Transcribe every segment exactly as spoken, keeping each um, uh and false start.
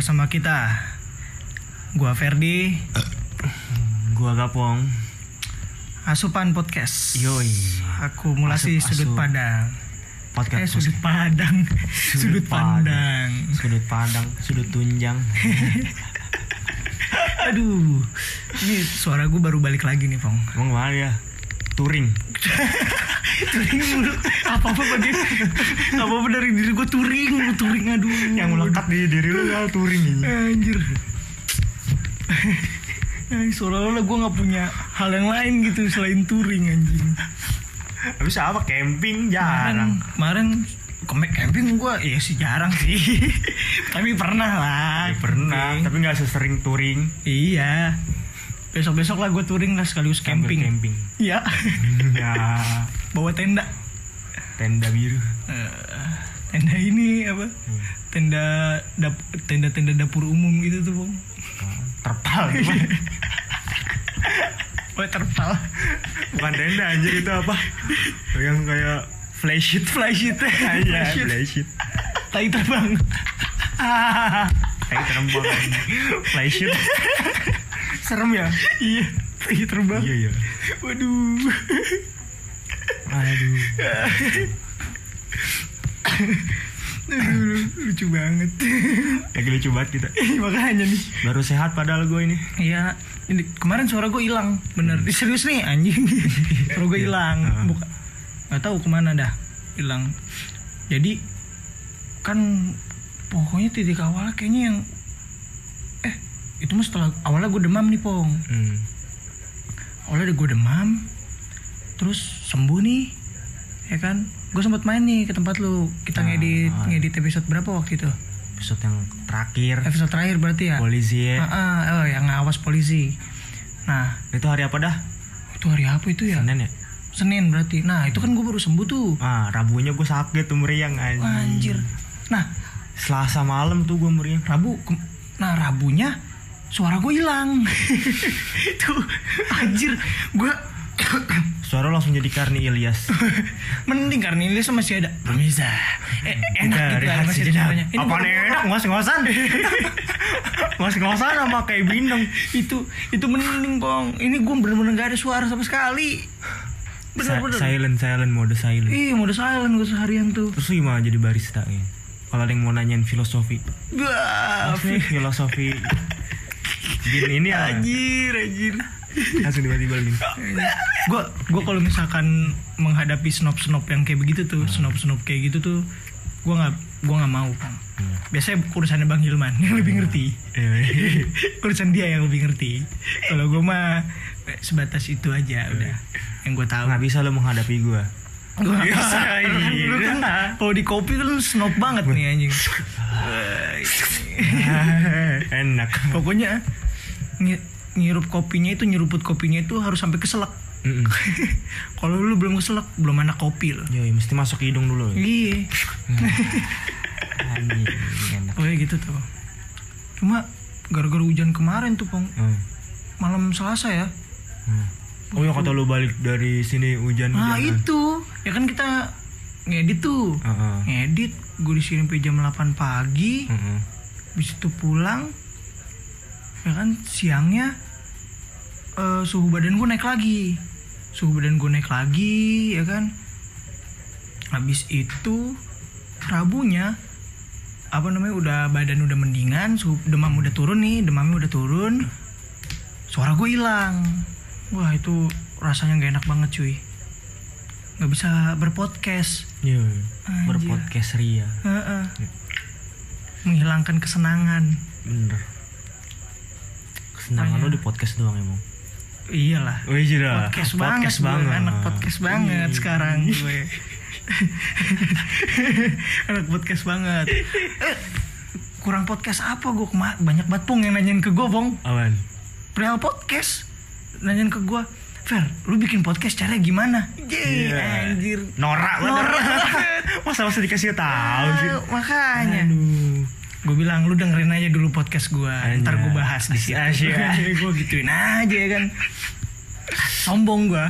bersama kita. Gua Ferdi, gua Gapong. Asupan Podcast. Yoi. Akumulasi asup, sudut asup. Padang. Podcast. Eh sudut padang. Sudut, sudut pandang. Sudut pandang, sudut tunjang. Aduh. Ini suara gue baru balik lagi nih, Pong. Emang mana ya? Touring. Touring mulu. Apa-apa bagi apa-apa dari diri gue touring, touring aduh. Yang melekat di diri lu ya touring ini. Anjir. Eh, seolah-olah gue gak punya hal yang lain gitu selain touring anjing. Habis apa? Camping jarang. Kemarin, kemarin camping gue ya sih jarang sih. Tapi pernah lah. Ya, pernah, camping. Tapi gak sesering touring. Iya. Besok-besok lah gue touring lah sekaligus camping. Camping. Iya. Ya. Bawa tenda. Tenda biru. Uh, tenda ini apa? Hmm. Tenda dap, tenda-tenda dapur umum gitu tuh, Bang. Terpal gimana? Oh, terpal. Bukan tenda anjir, itu apa? Yang kayak flysheet, flysheet. Iya, flysheet. Tai terbang. Tai terbang. Flysheet. Serem ya? Iya, tai terbang. Iya, iya. Waduh. Aduh. Aduh, lucu banget. Lagi lucu banget kita. Makanya nih. Baru sehat padahal gue ini. Iya. Ini kemarin suara gue hilang, bener. Hmm. Serius nih anjing. Suara gue hilang. Uh-huh. Bukan. Gak tahu kemana dah. Hilang. Jadi kan pokoknya titik awal kayaknya yang eh itu mah setelah awalnya gue demam nih, Pong. Hmm. Awalnya gue demam. Terus sembuh nih. Ya kan? Gue sempat main nih ke tempat lu. Kita nah, ngedit ah. ngedit episode berapa waktu itu? Episode yang terakhir. Episode terakhir berarti ya? Polisi ya? Ah, ah, oh, yang ngawas polisi. Nah, itu hari apa dah? Itu hari apa itu ya? Senin ya? Senin berarti. Nah, itu kan gue baru sembuh tuh. Ah, Rabunya gue sakit tuh meriang anjir. Anjir. Nah, Selasa malam tuh gue meriang. Rabu. Ke- nah, Rabunya suara gue hilang. Itu anjir. Gue suara langsung jadi Karni Ilyas. Mending Karni Ilyas masih ada. Bisa. Eh, enak gitu kan masih suaranya. Apa nih enak ngos-ngosan. Ngos-ngosan sama kayak bindeng. Itu itu mending, Bang. Ini gue bener-bener gak ada suara sama sekali. Bener-bener. Sa- silent silent mode silent. Iya, mode silent gue seharian tuh. Terus gimana jadi barista ya? Kalau ada yang mau nanyain filosofi. Wah, filosofi. Bin ini anjir, anjir. Langsung tiba-tiba link. Gue gue kalau misalkan menghadapi snob-snob yang kayak begitu tuh, hmm. snob-snob kayak gitu tuh, gue nggak gue nggak mau, Bang. Hmm. Biasanya urusannya Bang Hilman yang lebih ngerti. Urusan dia yang lebih ngerti. Kalau gue mah sebatas itu aja udah. Yang gue tahu. Nggak bisa lo menghadapi gue. Gue nggak bisa. Lu kan kalau di kopi kan snob banget nih anjing. Enak. Pokoknya ngirup kopinya itu nyeruput kopinya itu harus sampai keselak. Kalau lu belum keselak belum enak kopi lo. Iya, mesti masuk hidung dulu. Iya. Anjing, enak. Oh ya gitu tuh. Cuma gara-gara hujan kemarin tuh, Pong. Hmm. Malam Selasa ya. Hmm. Oh ya kata lu balik dari sini hujan. Nah itu, ya kan kita ngedit tuh. Uh-huh. Ngedit, gue di sini sampai jam delapan pagi. Uh-huh. Habis itu pulang. Ya kan siangnya uh, suhu badan gue naik lagi suhu badan gue naik lagi ya kan. Habis itu Rabunya apa namanya udah badan udah mendingan, suhu demam udah turun nih demamnya udah turun, suara gue hilang. Wah itu rasanya nggak enak banget cuy, nggak bisa berpodcast. Iya, berpodcast ria. Uh-uh. Menghilangkan kesenangan. Bener. Kesenangan lo di podcast doang emang. Iyalah. Oh iya. Podcast, podcast banget, banget. Anak podcast banget Iyi. Sekarang gue. Anak podcast banget. Eh, kurang podcast apa gue? Banyak banget, Pong, yang nanyain ke gue, Bong. Apaan? Perihal podcast. Nanyain ke gue, Fer, lu bikin podcast caranya gimana? Yeay, yeah. Anjir. Norak banget. Masa-masa dikasih tahu sih. Makanya. Aduh. Gue bilang lu dengerin aja dulu podcast gue, ntar gue bahas di situ. Gue gituin aja kan. Sombong gue.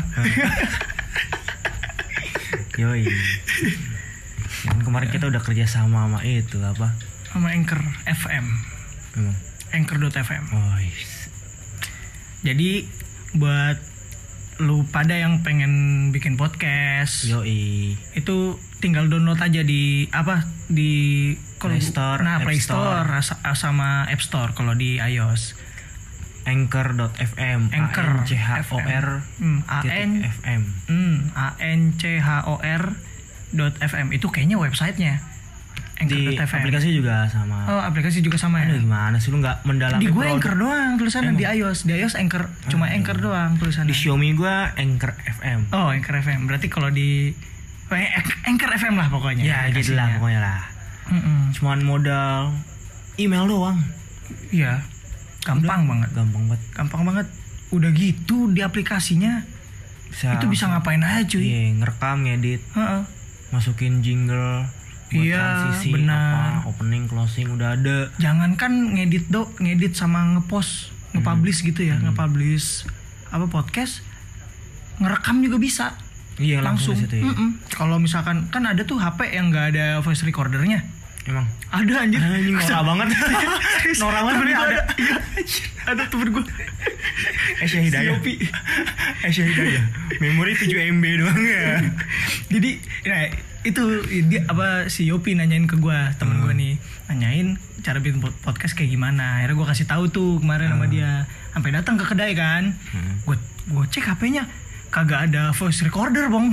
Yoi. Kan kemarin kita udah kerja sama sama itu apa? Sama Anchor F M. Emang. Anchor dot f m. Oh, yes. Jadi buat lu pada yang pengen bikin podcast, yoi, itu tinggal download aja di apa di Play Store, nah App Play Store, Store. sama App Store kalau di iOS. Anchor dot f m. Anchor A N C H O R hmm, A N F M. Hmm, A N C H O R dot F M itu kayaknya websitenya. Di aplikasi juga sama. Oh, aplikasi juga sama ya. Aduh, gimana sih lu nggak mendalami? Di gue produk. Anchor doang tulisannya. Emang? Di iOS, di iOS Anchor, cuma hmm. Anchor doang tulisannya. Di Xiaomi gue Anchor F M. Oh, Anchor F M. Berarti kalau di Anchor F M lah pokoknya. Ya, gitu lah pokoknya lah. Mm-mm. Cuman modal email doang. Iya. Gampang Udah, banget. Gampang banget. Gampang banget. Udah gitu di aplikasinya. Bisa, itu bisa ngapain aja cuy. Iya, ngerekam, ngedit. Uh-uh. Masukin jingle. Buat iya, transisi, benar. Apa, opening, closing udah ada. Jangankan ngedit do, ngedit sama ngepost, ngepublish hmm. gitu ya, hmm. ngepublish apa podcast, ngerekam juga bisa. Iya, langsung. langsung ya. Kalau misalkan kan ada tuh H P yang nggak ada voice recordernya. Emang? Ada anjir. Anjing norak banget. Norak banget bener ada. Iya, ada temen gue. Esya Hidayah. Esya Hidayah. Memori tujuh M B doang ya. Jadi, nah, itu dia apa si Yopi nanyain ke gue, temen hmm. gue nih, nanyain cara bikin podcast kayak gimana. Akhirnya gue kasih tahu tuh kemarin hmm. sama dia. Sampai datang ke kedai kan. Gue hmm. gue cek H P-nya kagak ada voice recorder, Bang.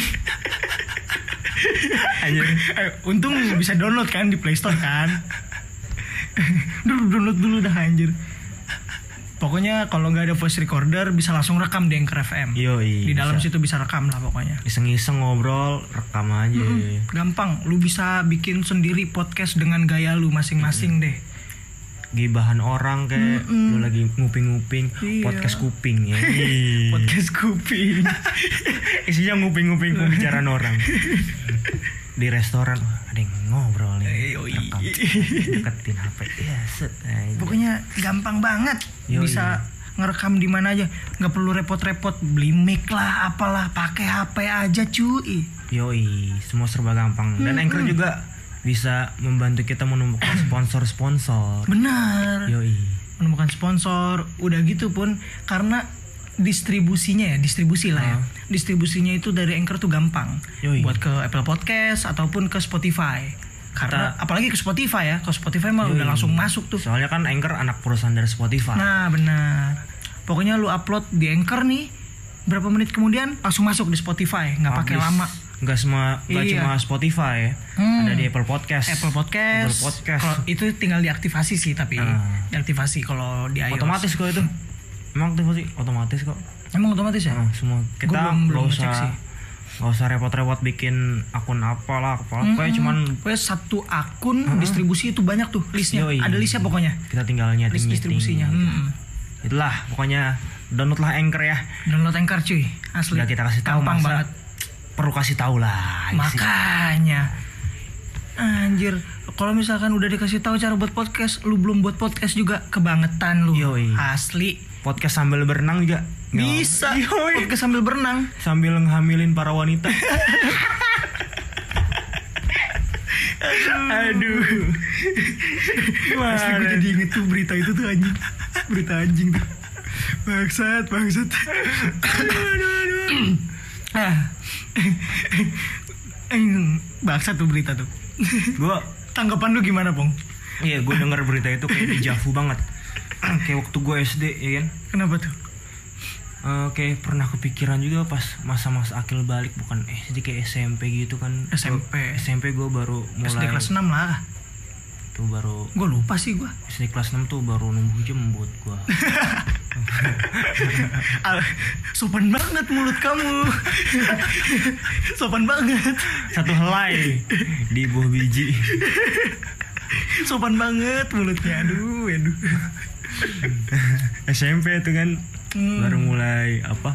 Anjir. Eh, untung bisa download kan di Play Store kan. Dulu download dulu dah anjir. Pokoknya kalau nggak ada voice recorder bisa langsung rekam di Anchor F M. Yoi, di dalam bisa. situ bisa rekam lah pokoknya. Iseng-iseng ngobrol, rekam aja. Mm-hmm. Gampang, lu bisa bikin sendiri podcast dengan gaya lu masing-masing mm-hmm. deh. Gibahan orang kayak mm-hmm. lu lagi nguping-nguping, iya. podcast kuping ya. Podcast kuping. Isinya nguping-nguping pembicaraan orang. Di restoran ada yang ngobrol nih, rekam, deketin H P ya, set. Nah, pokoknya gampang banget. Yoi. Bisa ngerekam di mana aja, nggak perlu repot-repot beli mic lah, apalah, pakai H P aja cuy. Yoi, semua serba gampang. Dan hmm, Anchor hmm. juga bisa membantu kita menemukan sponsor-sponsor. Benar. Yoi. Menemukan sponsor, udah gitu pun karena distribusinya ya, distribusi lah ya. Uh. Distribusinya itu dari Anchor tuh gampang. Yoi. Buat ke Apple Podcast ataupun ke Spotify. Karena Kita, apalagi ke Spotify ya, ke Spotify mah udah langsung masuk tuh. Soalnya kan Anchor anak perusahaan dari Spotify. Nah, benar. Pokoknya lu upload di Anchor nih, berapa menit kemudian langsung masuk di Spotify, nggak pakai lama. Nggak semua, nggak iya. cuma Spotify ya. Hmm. Ada di Apple Podcast. Apple Podcast. Apple Podcast. Kalau itu tinggal diaktifasi sih, tapi uh. diaktifasi kalau di iOS. Otomatis kok itu. Emang aktifasi otomatis kok. Emang otomatis ya? Uh, semua kita nggak usah nggak usah repot-repot bikin akun apalah, apalah. Mm-hmm. Pokoknya cuman pokoknya satu akun uh-huh. distribusi itu banyak tuh listnya. Yoi. Ada listnya pokoknya. Kita tinggal nyeting list distribusinya. Gitu. Hmm. Itulah pokoknya downloadlah Anchor ya. Download Anchor cuy. Asli. Udah kita kasih tahu banget. Perlu kasih tahu lah. Makanya. Anjir, kalau misalkan udah dikasih tahu cara buat podcast, lu belum buat podcast juga kebangetan lu. Yoi. Asli. Podcast sambil berenang juga bisa. Yoi. Podcast sambil berenang sambil ngehamilin para wanita. Aduh. Wah, asli gue jadi inget tuh berita itu tuh anjing. Berita anjing tuh. Bangsat, bangsat. Aduh, aduh. Ah. Bangsat tuh berita tuh. Gua tanggapan lu gimana, Pong? Iya, gue denger berita itu kayak dejavu banget. Kayak waktu gue S D, ya kan? Kenapa tuh? Uh, kayak pernah kepikiran juga pas masa-masa akil balik, bukan S D, kayak S M P gitu kan. S M P S M P gue baru mulai S D kelas enam lah. Tuh baru gue lupa sih gue. S D kelas enam tuh baru numbuh jembut gue. Sopan banget mulut kamu. Sopan banget. Satu helai di buah biji. Sopan banget mulutnya. Aduh, aduh. S M P itu kan hmm. baru mulai apa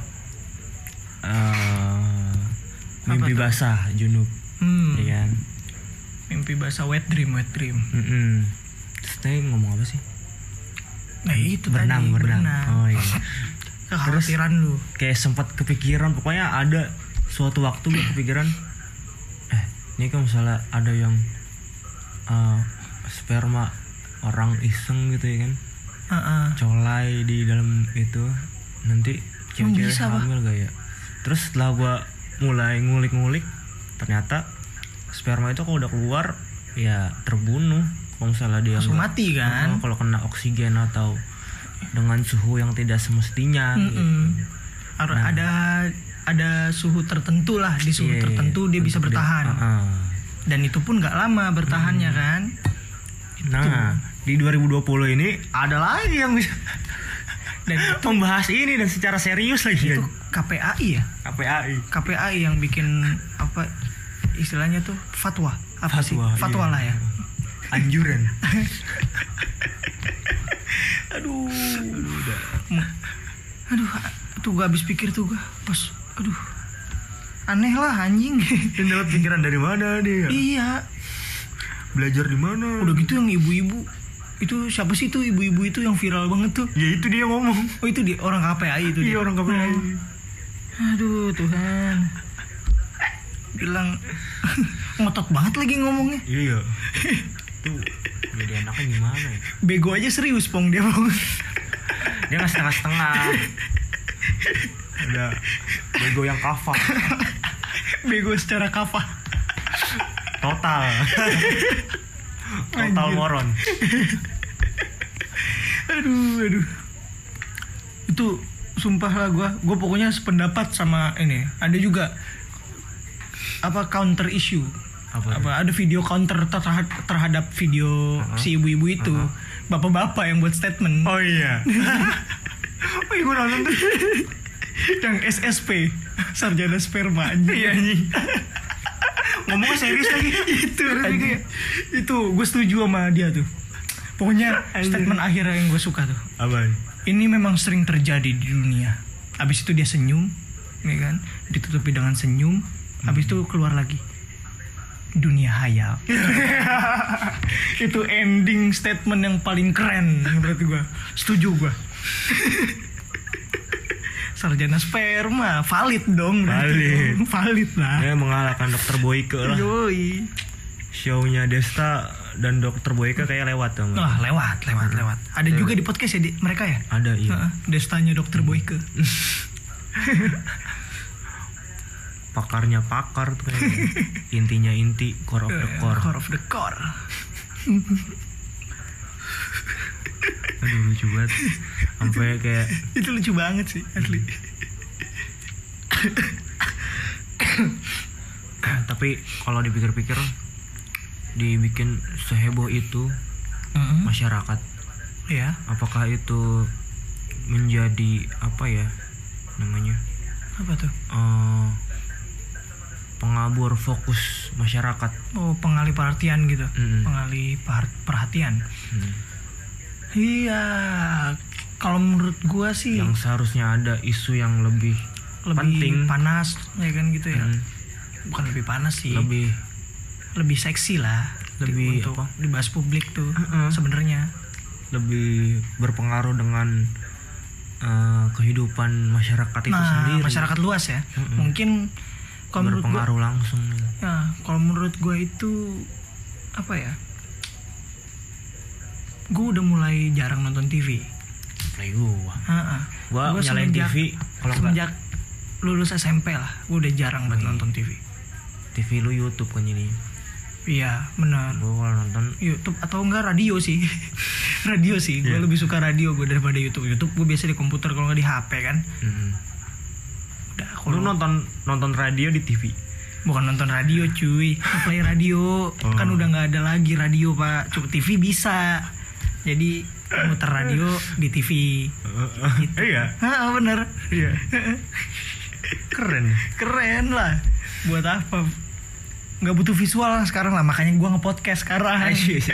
uh, mimpi apa basah junub, hmm. ya kan? Mimpi basah, wet dream, wet dream. Mm-mm. Terus tadi ngomong apa sih? Nah itu berenang, tadi berenang. berenang. Oh iya. Kekhawatiran lu. Kayak sempat kepikiran, pokoknya ada suatu waktu gue kepikiran, eh ini kan misalnya ada yang uh, sperma orang iseng gitu ya kan, uh-uh. colai di dalam itu, nanti cewek-cewek hamil gak ya. Terus setelah gue mulai ngulik-ngulik, ternyata sperma itu kalau udah keluar ya terbunuh kalau misalnya dia langsung mati kan, kalau kena oksigen atau dengan suhu yang tidak semestinya gitu. Nah, ada ada suhu tertentu lah, di suhu yeah, tertentu dia bisa bertahan dia, uh-uh. dan itu pun nggak lama bertahannya hmm. kan. Nah itu. Di dua ribu dua puluh ini ada lagi yang bisa dan itu, membahas ini dan secara serius lagi. Itu K P A I ya? K P A I. K P A I yang bikin apa istilahnya tuh fatwa. Apa fatwa, sih? Fatwa iya. lah ya. Anjuran. aduh. Aduh udah. Aduh, tuh gak habis pikir tuh gua. Pas aduh. Aneh lah anjing. Dan dapat pikiran dari mana dia? Iya. Belajar di mana? Udah gitu yang ibu-ibu itu siapa sih tuh ibu-ibu itu yang viral banget tuh? Ya itu dia ngomong. Oh itu dia orang K P A I itu. Iya dia. orang K P A I. Oh. Aduh Tuhan. Bilang ngotot banget lagi ngomongnya. Iya. Tuh jadi anaknya gimana ya? Bego aja serius pong dia pong. Dia nggak setengah-setengah. Ada bego yang kafah. Bego secara kafah. Total. Total Anjir. Moron. Aduh, aduh. Itu sumpah lah gue, gue pokoknya sependapat sama ini. Ada juga apa counter issue. Apa, apa ada video counter terhadap, terhadap video uh-huh. si ibu-ibu itu. Uh-huh. Bapak-bapak yang buat statement. Oh iya. Oh iya gue nonton tuh. Yang S S P, sarjana sperma anjing. Iya anjing. Ngomongnya serius lagi. Itu kayak itu gue setuju sama dia tuh. Pokoknya statement akhir yang gue suka tuh. Apa? Ini memang sering terjadi di dunia. Abis itu dia senyum, ya kan? Ditutupi dengan senyum. Abis itu keluar lagi. Dunia hayal. Itu ending statement yang paling keren menurut gue. Setuju gue. Sarjana sperma valid dong. Valid. Valid lah. Dia mengalahkan dokter Boyke lah. Yoi. Show-nya Desta dan dokter Boyke kayak lewat dong. Wah, lewat, lewat, hmm. lewat. Ada lewat. Juga di podcast ya di, mereka ya? Ada iya. Uh, Destanya dokter Boyke. Pakarnya pakar tuh kayak. Intinya inti, core of the core. Core of the core. Aduh lucu banget. Sampai kayak itu lucu banget sih asli. Tapi kalau dipikir-pikir dibikin seheboh itu uh-huh. masyarakat ya, apakah itu menjadi apa ya namanya apa tuh uh, pengabur fokus masyarakat. Oh pengalih perhatian gitu. Mm-hmm. Pengalih perhatian. Mm. Iya, kalau menurut gua sih yang seharusnya ada isu yang lebih lebih penting, panas ya kan gitu ya. Hmm. Bukan lebih panas sih. Lebih lebih seksi lah, lebih untuk apa? Dibahas publik tuh uh-uh. sebenarnya. Lebih berpengaruh dengan uh, kehidupan masyarakat itu nah, sendiri. Masyarakat luas ya. Uh-uh. Mungkin kalau berpengaruh gua, langsung. Ya, kalau menurut gua itu apa ya? Gue udah mulai jarang nonton T V. Play gua. Heeh. Gua, gua nyalain T V kalau semenjak lulus S M P lah, gue udah jarang banget nonton T V. T V lu YouTube kan ini. Iya, benar. Gue kalau nonton YouTube atau enggak radio sih. Radio sih. Gue yeah. lebih suka radio gue daripada YouTube. YouTube gue biasa di komputer kalau nggak di H P kan. Mm-hmm. Udah. Kalau lu nonton nonton radio di T V. Bukan nonton radio cuy, play radio. Oh. Kan udah nggak ada lagi radio pak. Cuma T V bisa. Jadi muter radio di T V. Gitu. Iya. Ah bener. Iya. Keren. Keren lah. Buat apa? Nggak butuh visual sekarang lah. Makanya gue nge-podcast sekarang.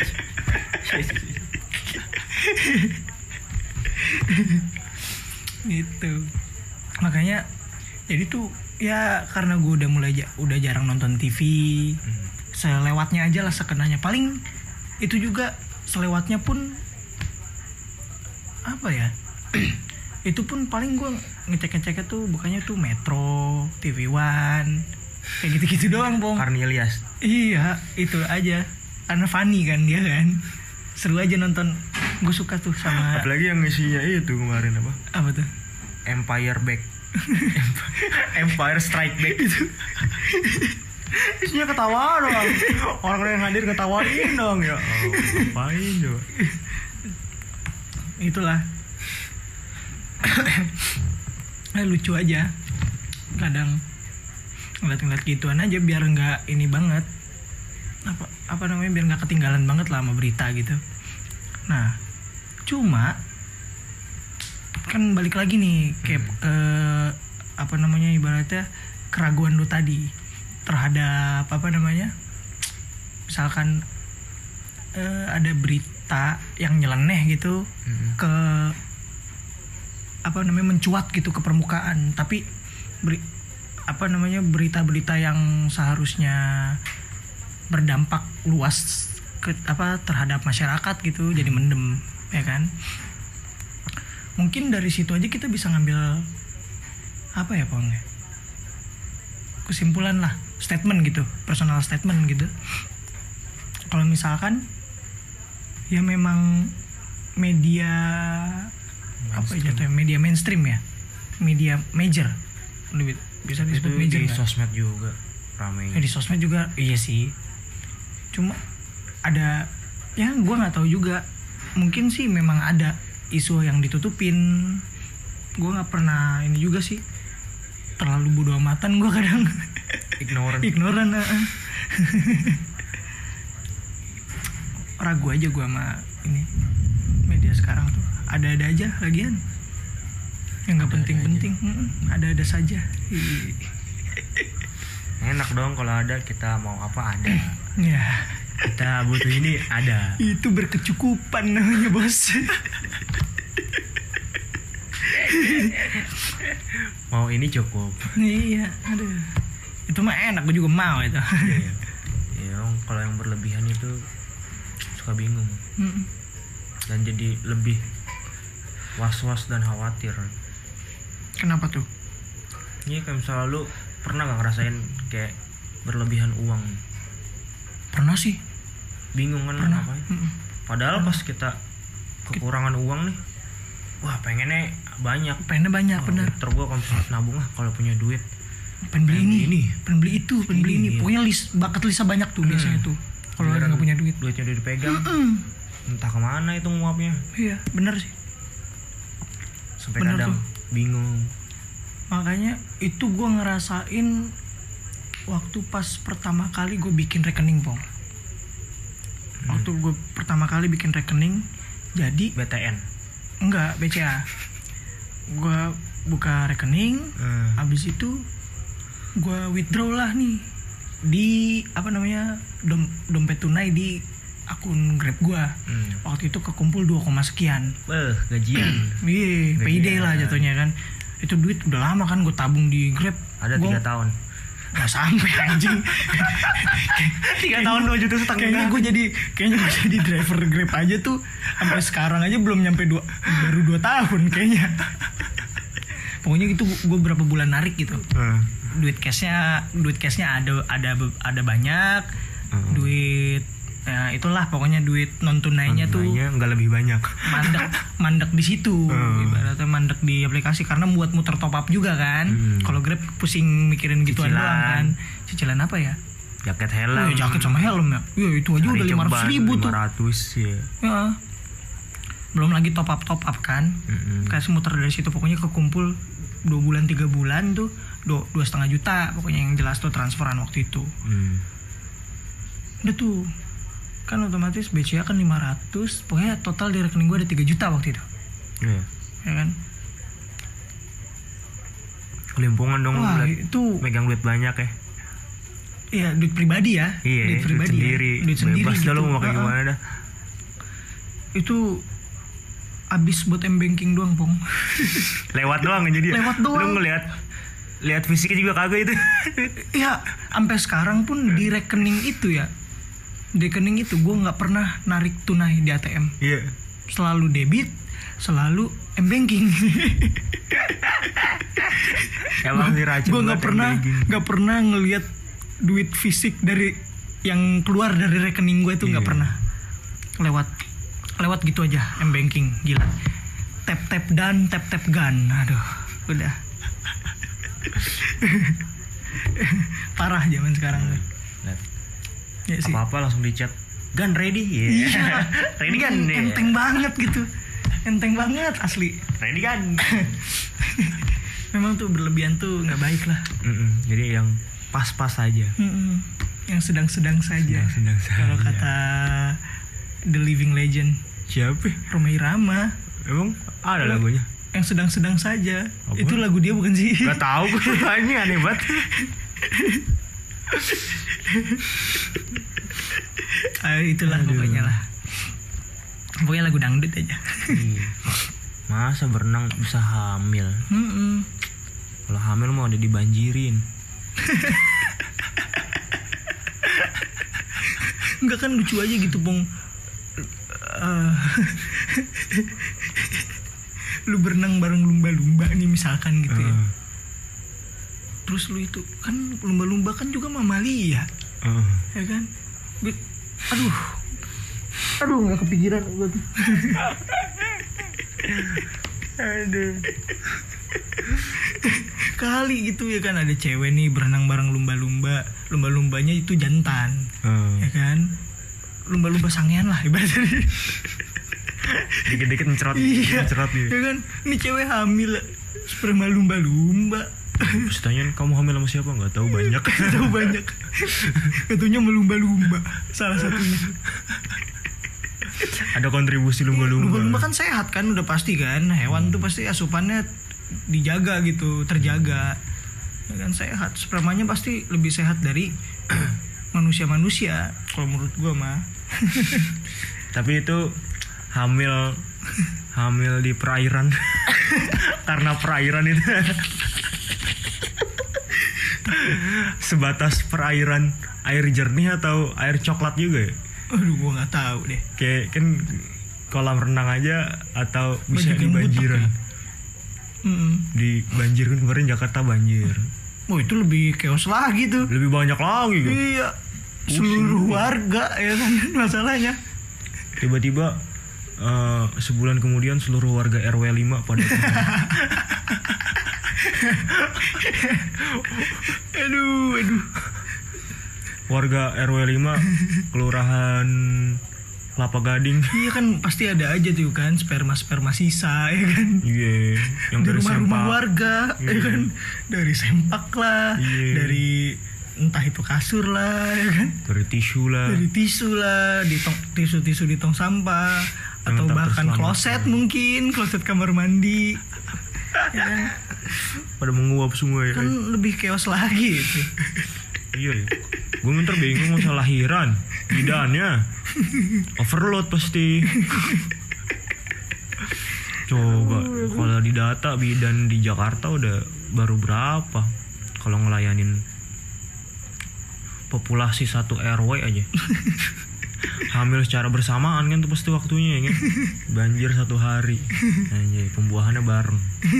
Gitu. Makanya jadi tuh ya karena gue udah mulai ja- udah jarang nonton T V. Hmm. Selewatnya aja lah sekenanya. Paling itu juga selewatnya pun apa ya itu pun paling gue ngecek-ngeceknya tuh bukannya tuh Metro, T V One kayak gitu-gitu doang bong. Karni Ilyas. Iya itu aja karena funny kan dia kan. seru aja nonton. Gue suka tuh sama. Apalagi yang isinya itu kemarin apa? Apa tuh? Empire Back. Empire Strike Back itu. Isinya ketawa doang. Orang yang hadir ketawain dong ya. Oh, ngapain coba? Itulah. Eh, lucu aja. Kadang ngeliat-ngeliat gituan aja biar nggak ini banget. Apa apa namanya biar nggak ketinggalan banget lah sama berita gitu. Nah, cuma kan balik lagi nih kayak hmm. eh, apa namanya ibaratnya keraguan lu tadi terhadap apa namanya misalkan eh, ada berita yang nyeleneh gitu hmm. ke apa namanya mencuat gitu ke permukaan tapi beri, apa namanya berita-berita yang seharusnya berdampak luas ke apa terhadap masyarakat gitu jadi mendem ya kan. Mungkin dari situ aja kita bisa ngambil apa ya Pong, kesimpulan lah, statement gitu, personal statement gitu. Kalau misalkan ya memang media mainstream. Apa ya jatuhnya media mainstream ya, media major lebih bisa disebut itu major di gak? Sosmed juga ramai. Ya, di sosmed juga iya sih. Cuma ada ya gue nggak tahu juga, mungkin sih memang ada isu yang ditutupin. Gue nggak pernah ini juga sih, terlalu bodo amatan gue kadang. Ignoran. Ignoran. Uh. Ragu aja gue sama ini media sekarang tuh. Ada-ada aja lagian yang nggak penting-penting. Ada-ada saja. Enak dong kalau ada, kita mau apa ada. Ya. Kita butuh ini ada. Itu berkecukupan namanya bos. Mau ini cukup. Iya, aduh. Itu mah enak, gue juga mau itu. Iya. Ya, kalau yang berlebihan itu suka bingung. Mm-mm. Dan jadi lebih was-was dan khawatir. Kenapa tuh? Iya kayak misalnya lu pernah gak ngerasain kayak berlebihan uang? Pernah sih. Bingung kan ngapain? Padahal pernah. Pas kita kekurangan uang nih, wah pengennya banyak. Pengennya banyak, oh, bener. Terus gue kalau nabung lah kalau punya duit. Pengen beli ini, ini, pengen beli itu, pengen beli ini. Iya. Pokoknya list, bakat listnya banyak tuh hmm. biasanya tuh. Kalau lagi nggak punya duit. Duitnya udah dipegang. Mm-mm. Entah kemana itu nguapnya. Iya, bener sih. Sampai bener kadang tuh. Bingung. Makanya itu gue ngerasain waktu pas pertama kali gue bikin rekening Pong. Hmm. Waktu gue pertama kali bikin rekening, jadi B T N. Enggak, B C A. Gue buka rekening, hmm. abis itu gue withdraw lah nih di apa namanya dom, dompet tunai di akun Grab gue. Hmm. Waktu itu kekumpul dua, sekian. Eh, gajian. Iya, payday lah jatuhnya kan. Itu duit udah lama kan gue tabung di Grab. Ada tiga tahun. Gak sampai anjing. Tiga tahun dua juta setengah. Kayaknya gue jadi kayaknya gue jadi driver Grab aja tuh sampai sekarang aja belum nyampe dua, baru dua tahun kayaknya. Pokoknya gitu gue berapa bulan narik gitu. Hmm. Duit cashnya duit cashnya ada ada ada banyak. Hmm. Duit ya itulah pokoknya duit non tunainya tuh nggak lebih banyak. Mandek mandek di situ. Hmm. Ibaratnya mandek di aplikasi karena buat muter top up juga kan. Hmm. Kalau Grab pusing mikirin gituan doang kan. Cicilan apa ya? Jaket helm. Oh, ya, jaket sama helm ya. Ya itu aja hari udah lima ratus ribu tuh. lima ratus ya. Ya. Belum lagi top up top up kan. Mm-hmm. Kayak semuter dari situ pokoknya kekumpul dua bulan tiga bulan tuh dua dua setengah juta pokoknya yang jelas tuh transferan waktu itu. Mm. Udah tuh kan otomatis B C A kan lima ratus, pokoknya total di rekening gue ada tiga juta waktu itu. Yeah. Ya kan? Kelimpungan dong. Wah, itu megang duit banyak ya. Iya, duit pribadi ya. Iya, duit pribadi duit sendiri. Ya. Duit sendiri bebas gitu. Dah lu mau kayak gimana dah. Itu abis buat m-banking doang, Pong. Lewat doang jadi. Lewat doang. Lu ngeliat lihat fisiknya juga kagak itu. Iya, sampai sekarang pun di rekening itu ya. Di rekening itu gue nggak pernah narik tunai di A T M. Iya. Yeah. Selalu debit, selalu m-banking. Emang diracun. Gue nggak pernah nggak pernah ngelihat duit fisik dari yang keluar dari rekening gue itu nggak yeah. pernah. Lewat lewat gitu aja M-banking, gila. Tap tap dan tap tap gun, aduh, udah. Parah zaman sekarang tuh. Ya, apa-apa langsung di chat. Gun ready, yeah. Iya. Ready gun, enteng yeah. banget gitu, enteng banget asli. Ready gun. Memang tuh berlebihan tuh nggak baik lah. Mm-mm. Jadi yang pas-pas saja. Mm-mm. Yang sedang-sedang saja. Sedang-sedang saja. Kalau kata The Living Legend. Siapa? Rhoma Irama. Emang ada lagunya? Yang sedang-sedang saja. Apa? Itu lagu dia bukan sih? Gak tahu gue. Ini aneh banget. Ah, itulah Aduh. pokoknya lah. Pokoknya lagu dangdut aja. Masa berenang bisa hamil? Mm-mm. Kalau hamil mau ada dibanjirin. Enggak kan lucu aja gitu, Bong. Uh, lu berenang bareng lumba-lumba nih misalkan gitu uh. ya. Terus lu itu kan lumba-lumba kan juga mamalia. Uh. Ya kan? Aduh. Aduh, enggak kepikiran gua tuh. Aduh. Kali gitu ya kan, ada cewek nih berenang bareng lumba-lumba. Lumba-lumbanya itu jantan. Uh. Ya kan? Lumba-lumba sangean lah ibaratnya. Dikit-dikit mencerot, iya, mencerot gitu. Ya kan, ini cewek hamil sperma lumba-lumba. Terus tanyain kamu hamil sama siapa? Nggak tahu banyak. Nggak tahu banyak. Katanya melumba-lumba salah satunya. Ada kontribusi lumba-lumba. Lumba-lumba kan sehat kan, udah pasti kan. Hewan tuh pasti asupannya dijaga gitu, terjaga. Ya kan sehat. Spermanya pasti lebih sehat dari manusia-manusia kalau menurut gua mah. Tapi itu hamil hamil di perairan. Karena perairan itu sebatas perairan air jernih atau air coklat juga ya? Aduh, gua nggak tahu deh. Kayak kan kolam renang aja atau bisa di banjiran. Mm-hmm. Di banjir kan kemarin Jakarta banjir. Oh, itu lebih chaos lagi tuh. Lebih banyak lagi kan? Iya. Seluruh warga ya kan masalahnya. Tiba-tiba uh, sebulan kemudian seluruh warga R W lima pada aduh, aduh. Warga R W lima kelurahan Kelapa Gading. Iya kan pasti ada aja tuh kan sperma-sperma sisa ya kan. Iya, yeah, yang dari, dari rumah-rumah warga yeah. ya kan. Dari sempak lah, yeah. dari entah itu kasur lah ya kan. Dari tisu lah. Dari tisu lah, di tong, tisu-tisu di tong sampah yang atau bahkan kloset mungkin, kloset kamar mandi. Ya kan? Pada menguap semua ya kan. Kan lebih chaos lagi itu. Iya ya. Gue minta bingung masalah lahiran, bidannya overload pasti. Coba kalau di data bidan di Jakarta udah baru berapa kalau ngelayanin populasi satu R W aja. Hamil secara bersamaan kan tuh pasti waktunya ya kan. Banjir satu hari. Anjay, pembuahannya bareng.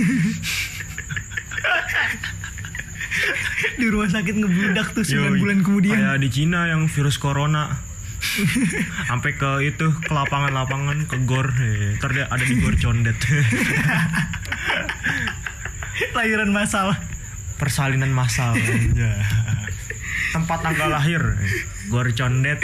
Di rumah sakit ngebludak tuh sembilan bulan kemudian. Kayak di Cina yang virus corona. Sampai ke itu ke lapangan-lapangan ke gor. Eh, ntar dia ada di gor condet. Lahiran massal. Persalinan massal. Ya. Tempat tanggal lahir gor condet.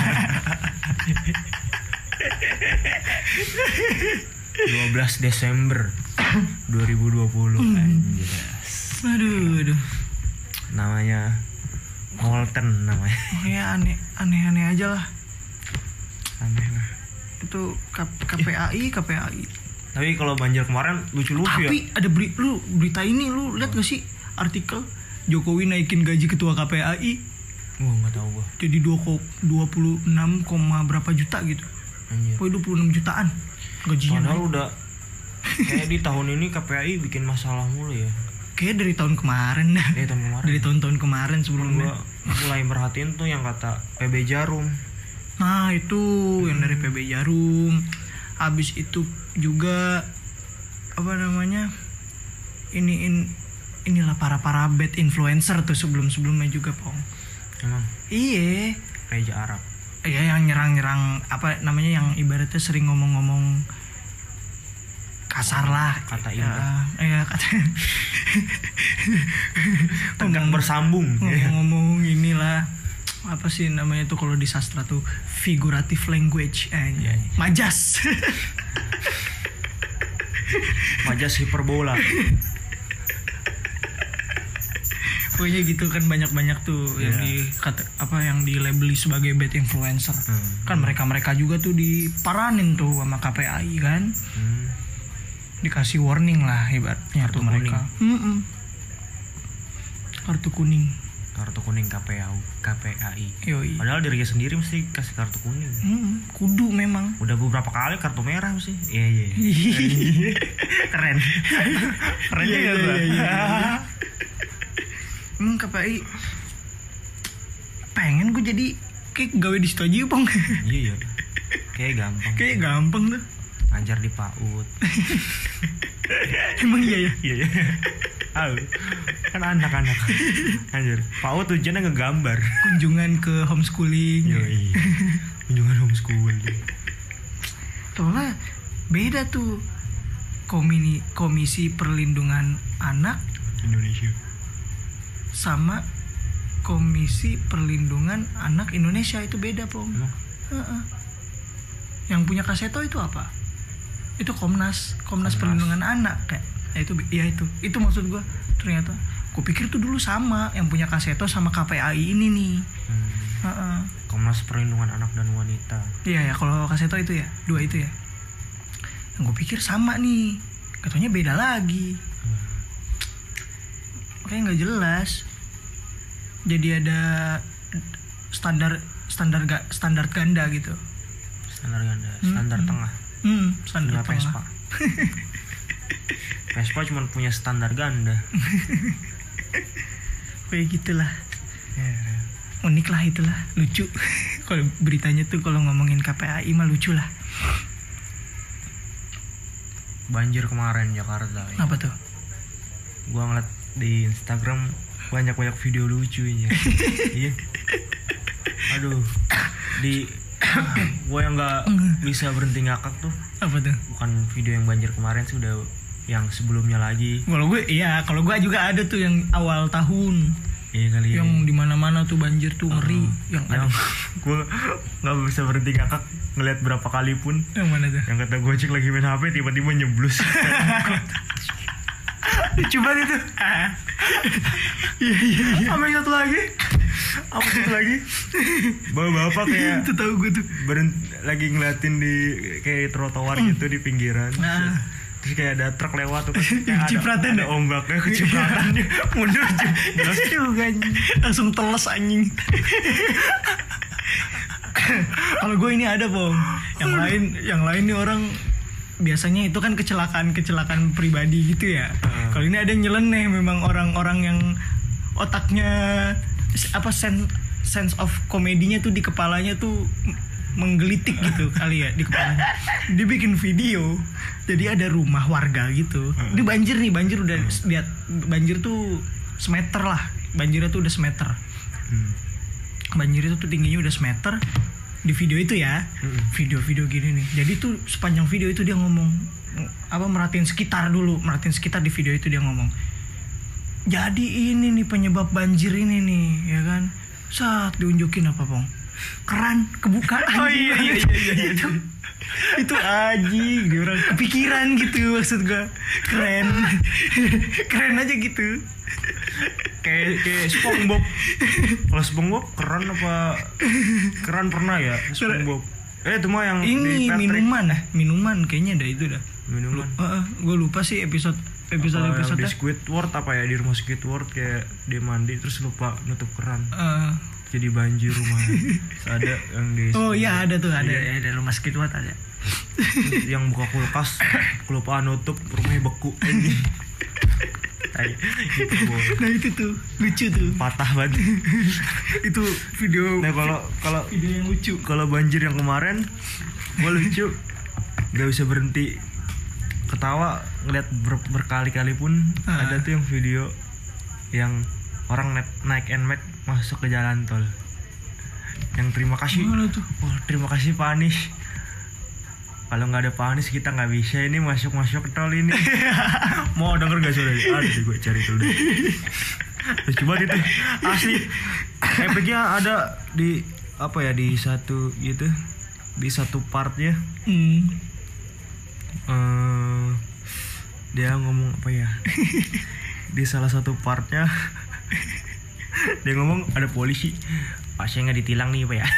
dua belas Desember dua ribu dua puluh. Anjir. Aduh, aduh. Namanya Molten namanya. Oh ya aneh, aneh-aneh aja lah. Aneh lah. Itu K P A I, K P A I. Tapi kalau banjir kemarin lucu-lucu ya. Tapi ada beri, lu berita ini lu lihat gak sih artikel Jokowi naikin gaji ketua K P A I? Oh, enggak tahu gua. Jadi dua puluh enam, berapa juta gitu. Anjir. Oh, dua puluh enam jutaan gajinya. Padahal naik. Udah kayak di tahun ini K P A I bikin masalah mulu ya. Kayak dari tahun kemarin dah. Dari tahun kemarin. Dari tahun-tahun kemarin sebelumnya. Gua mulai merhatiin tuh yang kata P B Jarum. Nah, itu hmm. yang dari P B Jarum. Habis itu juga apa namanya? Ini in, inilah para-para bad influencer tuh sebelum-sebelumnya juga, Pong. Emang? Iya. Reja Arab. ya yang nyerang-nyerang apa namanya, yang ibaratnya sering ngomong-ngomong kasar lah, kata indah, ya, ya kata tegang bersambung, ngomong-ngomong inilah apa sih namanya tuh kalau di sastra tuh figurative language, eh, ya, ya. majas, majas hiperbola. Pokoknya gitu kan, banyak-banyak tuh yeah. yang di kata, apa yang di labeli sebagai bad influencer. Hmm. Kan mereka-mereka juga tuh diparanin tuh sama K P A I kan. Hmm. Dikasih warning lah hebatnya kartu tuh mereka. Mm-mm. Kartu kuning. Kartu kuning K P A I. K P A I. Yoi. Padahal dirinya sendiri mesti kasih kartu kuning. Mm, kudu memang. Udah beberapa kali kartu merah sih. Iya iya. Keren. Keren ya ya. Emang K P A I pengen gue jadi kayak gawe di situ aja bang. Iya iya. Kayak gampang. Kayak gampang tuh. Ngajar di PAUD. Emang iya ya. Iya iya. Ah, kan anak-anak. Anjir. PAUD tujuannya ngegambar. Kunjungan ke homeschooling. Iya iya. Kunjungan homeschooling. Soalnya beda tuh komini, Komisi Perlindungan Anak Indonesia sama Komisi Perlindungan Anak Indonesia, itu beda pong. Uh-uh. Yang punya Kaseto itu apa? Itu Komnas Komnas, Komnas. Perlindungan Anak kayak ya itu ya itu itu maksud gue. Ternyata gue pikir tuh dulu sama, yang punya Kaseto sama K P A I ini nih. hmm. uh-uh. Komnas Perlindungan Anak dan Wanita. Iya ya, kalau Kaseto itu ya dua itu ya. Yang gue pikir sama nih, katanya beda lagi. hmm. Makanya nggak jelas. Jadi ada standar standar ga, standar ganda gitu. Standar ganda, standar hmm, tengah. Hmm, standar punya tengah. Vespa. Vespa cuma punya standar ganda. Kayak gitulah. Unik lah itulah, lucu. Kalau beritanya tuh kalau ngomongin K P A I mah lucu lah. Banjir kemarin Jakarta. Apa tuh? Gua ngeliat di Instagram banyak-banyak video lucunya. Iya. Aduh. Di gue yang nggak bisa berhenti ngakak tuh. Apa tuh? Bukan video yang banjir kemarin sih, udah yang sebelumnya lagi. Kalau gue iya, kalau gue juga ada tuh yang awal tahun. Iya kali. Yang ya. di mana-mana tuh banjir tuh ngeri. Uh, yang yang gue nggak bisa berhenti ngakak ngeliat berapa kali pun. Yang mana tuh? Yang kata Gojek lagi main H P tiba-tiba nyeblus. Coba itu. Iya iya iya. Apa yang satu lagi? Apa satu lagi? Bapak-bapak kayak itu tahu gue tuh. Berhenti lagi ngeliatin di kayak trotoar gitu di pinggiran. Nah. Terus kayak ada truk lewat tuh, kayak ada, ada ombaknya, kecipratannya mundur jelas juga, langsung teles anjing. Kalau gue ini ada Bong, yang lain yang lain nih orang biasanya itu kan kecelakaan-kecelakaan pribadi gitu ya. Uh. Kalau ini ada nyeleneh, memang orang-orang yang otaknya apa sense sense of komedinya tuh di kepalanya tuh menggelitik gitu kali ya di kepalanya. Dia bikin video, jadi ada rumah warga gitu. Uh. Ini banjir nih, banjir udah uh. lihat banjir tuh semeter lah, banjirnya tuh udah semeter. Hmm. Banjir itu tuh tingginya udah semeter. Di video itu ya, mm-hmm. video-video gini nih. Jadi tuh sepanjang video itu dia ngomong apa, merhatiin sekitar dulu, merhatiin sekitar. Di video itu dia ngomong, jadi ini nih penyebab banjir ini nih, ya kan? Saat diunjukin apa Bang? Keran kebuka. Oh iya iya iya, iya, iya. itu itu anjing, dia orang kepikiran gitu, maksud gue keren. Keren aja gitu. Kayak kayak SpongeBob. Kalau SpongeBob keran apa? Keran pernah ya SpongeBob. Eh itu mah yang ini minuman ah, minuman kayaknya ada itu dah. Minuman. Heeh, uh, gue lupa sih episode episode apa episode di Squidward apa ya, di rumah Squidward kayak dia mandi terus lupa nutup keran. Uh, Jadi banjir rumahnya. Ada yang di oh iya ada tuh, ada ya, ada rumah Squidward ada. Yang buka kulkas kelupaan nutup, rumahnya beku. Ay, gitu, nah itu tuh lucu tuh, patah banget. Itu video. Nah kalau kalau video yang lucu, kalau banjir yang kemarin gue lucu, nggak bisa berhenti ketawa ngeliat ber, berkali-kali pun. Ah. Ada tuh yang video yang orang naik, naik N M A X masuk ke jalan tol. yang terima kasih. Mana tuh? Oh, terima kasih Pak Anies. Kalau nggak ada Pak Anies kita nggak bisa ini masuk-masuk ke tol ini. Mau denger gak suara? Ada deh gue cari dulu deh. Coba itu asli. Epicnya ada di apa ya di satu gitu, di satu partnya. Hmm. Uh, dia ngomong apa ya? Di salah satu partnya dia ngomong ada polisi. Pak saya nggak ditilang nih Pak ya.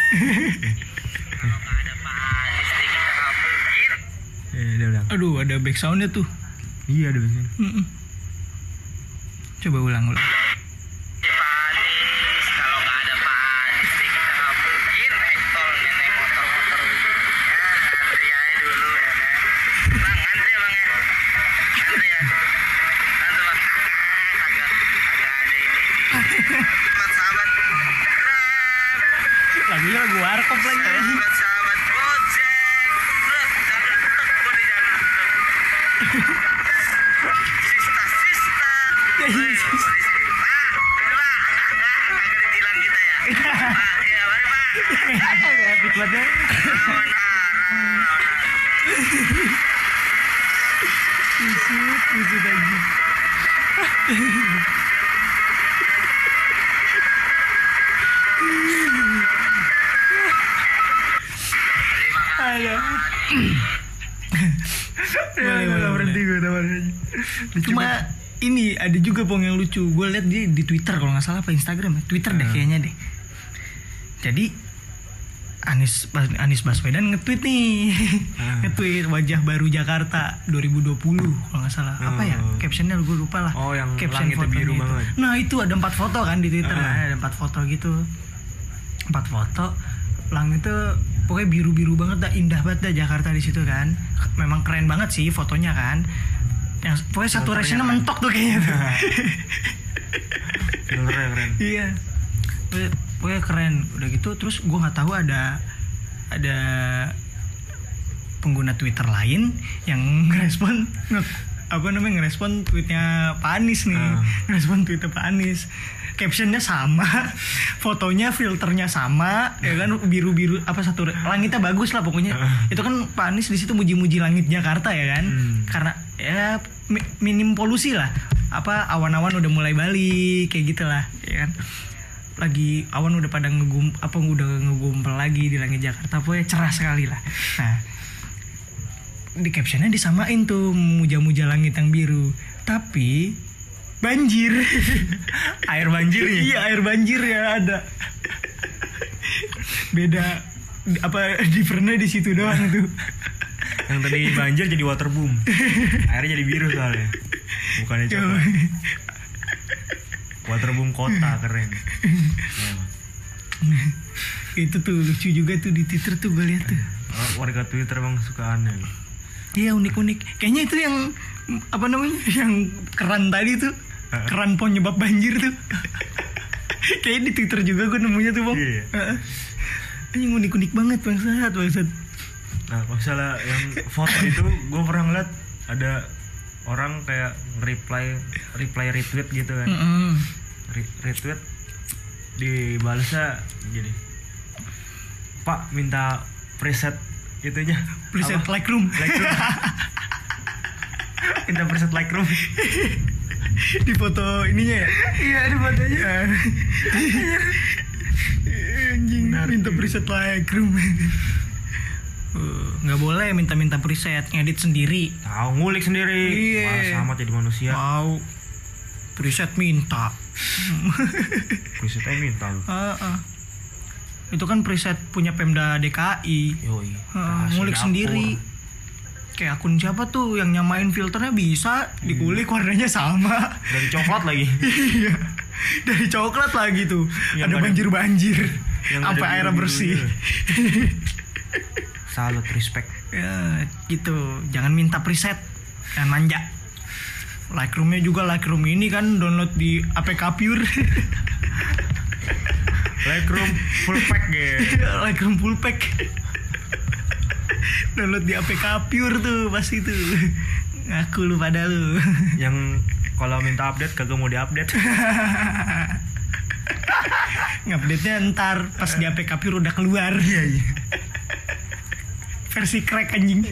Eh, dia ulang. Aduh, ada back soundnya tuh. Iya, ada back sound. Mm-mm. Coba ulang ulang. Kalau nggak ada Pak Anies kita nggak mungkin naik tol naik motor-motor begini. Ya, ngantri aja dulu ya kan. Bang, ngantri bang ya. Ngantri ya. Ngantri bang. Agak agak ada ini di. Buat sahabat. Lagunya lagu warkop lagi. Buat sahabat Gojek. Sista, sista. Polisi. Pak, Pak, agak ditilang kita ya. Pak, iya, mari Pak. Epic banget ya. Lawan arah. Kusut, kusut aja. Ayo. Ya, ya, berhenti gue tawarin. Cuma ini ada juga Pong yang lucu. Gue liat dia di Twitter kalau nggak salah apa Instagram ya. Twitter deh kayaknya deh. Jadi Anies Anies Baswedan nge-tweet nih. Nge-tweet wajah baru Jakarta dua ribu dua puluh kalau nggak salah. Apa ya? Captionnya gue lupa lah. Oh, yang caption langitnya biru itu. banget. Nah, itu ada empat foto kan di Twitter. Uh. Ada empat foto gitu. Empat foto. Langitnya pokoknya biru-biru banget dah, indah banget dah Jakarta di situ kan. Memang keren banget sih fotonya kan. Yang pokoknya satu reaksinya mentok tuh kayaknya tuh. Filternya keren. Iya. Pokoknya keren. Udah gitu terus gue nggak tahu ada ada pengguna Twitter lain yang ngerespon nge, apa namanya ngerespon tweetnya Pak Anies nih. Uh. Ngerespon tweetnya Pak Anies. Captionnya sama, fotonya filternya sama, ya kan biru-biru apa satu langitnya bagus lah pokoknya. Uh. Itu kan Pak Anies di situ muji-muji langit Jakarta ya kan, hmm. karena ya mi- minim polusi lah, apa awan-awan udah mulai balik kayak gitulah, ya kan. Lagi awan udah pada ngegum apa udah ngegumpal lagi di langit Jakarta, pokoknya cerah sekali lah. Nah di captionnya disamain tuh muja-muja langit yang biru, tapi banjir. Air banjirnya? Iya, air banjir ya ada. Beda apa differentnya di situ doang tuh. Yang tadi banjir jadi waterboom. Airnya jadi biru soalnya. Bukannya coklat. Waterboom kota keren. Ya. Itu tuh lucu juga tuh di Twitter tuh gue lihat tuh. Warga Twitter emang suka aneh. Iya, unik-unik. Kayaknya itu yang apa namanya? Yang keran tadi tuh. Keran penyebab banjir tuh. Kayaknya di Twitter juga gue nemunya tuh, Bang. Iya. Ini unik-unik banget bangsat, bangsat. Nah, kalau misalnya yang foto itu gue pernah ngeliat ada orang kayak reply reply retweet gitu kan. Mm-hmm. Re- retweet dibalasnya gini. Pak minta preset itunya. Preset apa? Lightroom. Lightroom. Minta preset Lightroom. Di foto ininya ya? Iya, di fotonya. Anjing, minta preset Lightroom. Nggak uh, boleh minta-minta preset, ngedit sendiri. Tahu ngulik sendiri. Iya. Malas amat jadi manusia. Mau preset minta. Presetnya minta. Uh, uh. Itu kan preset punya Pemda D K I. Yoi. Uh, ngulik dapur sendiri. Kayak akun siapa tuh yang nyamain filternya bisa dikulik warnanya sama. Dari coklat lagi. Iya. Dari coklat lagi tuh. Yang ada banjir-banjir. Sampai airnya bersih. Salut, respect. Ya, gitu. Jangan minta preset. Jangan manja. Lightroom-nya juga Lightroom ini kan download di A P K Pure. Lightroom full pack gitu. Lightroom full pack. Download di A P K Pure tuh pasti tuh. Ngaku lu pada lu. Yang kalau minta update kagak mau diupdate. Ngupdate-nya ntar pas di A P K Pure udah keluar. Iya iya. Versi crack anjing.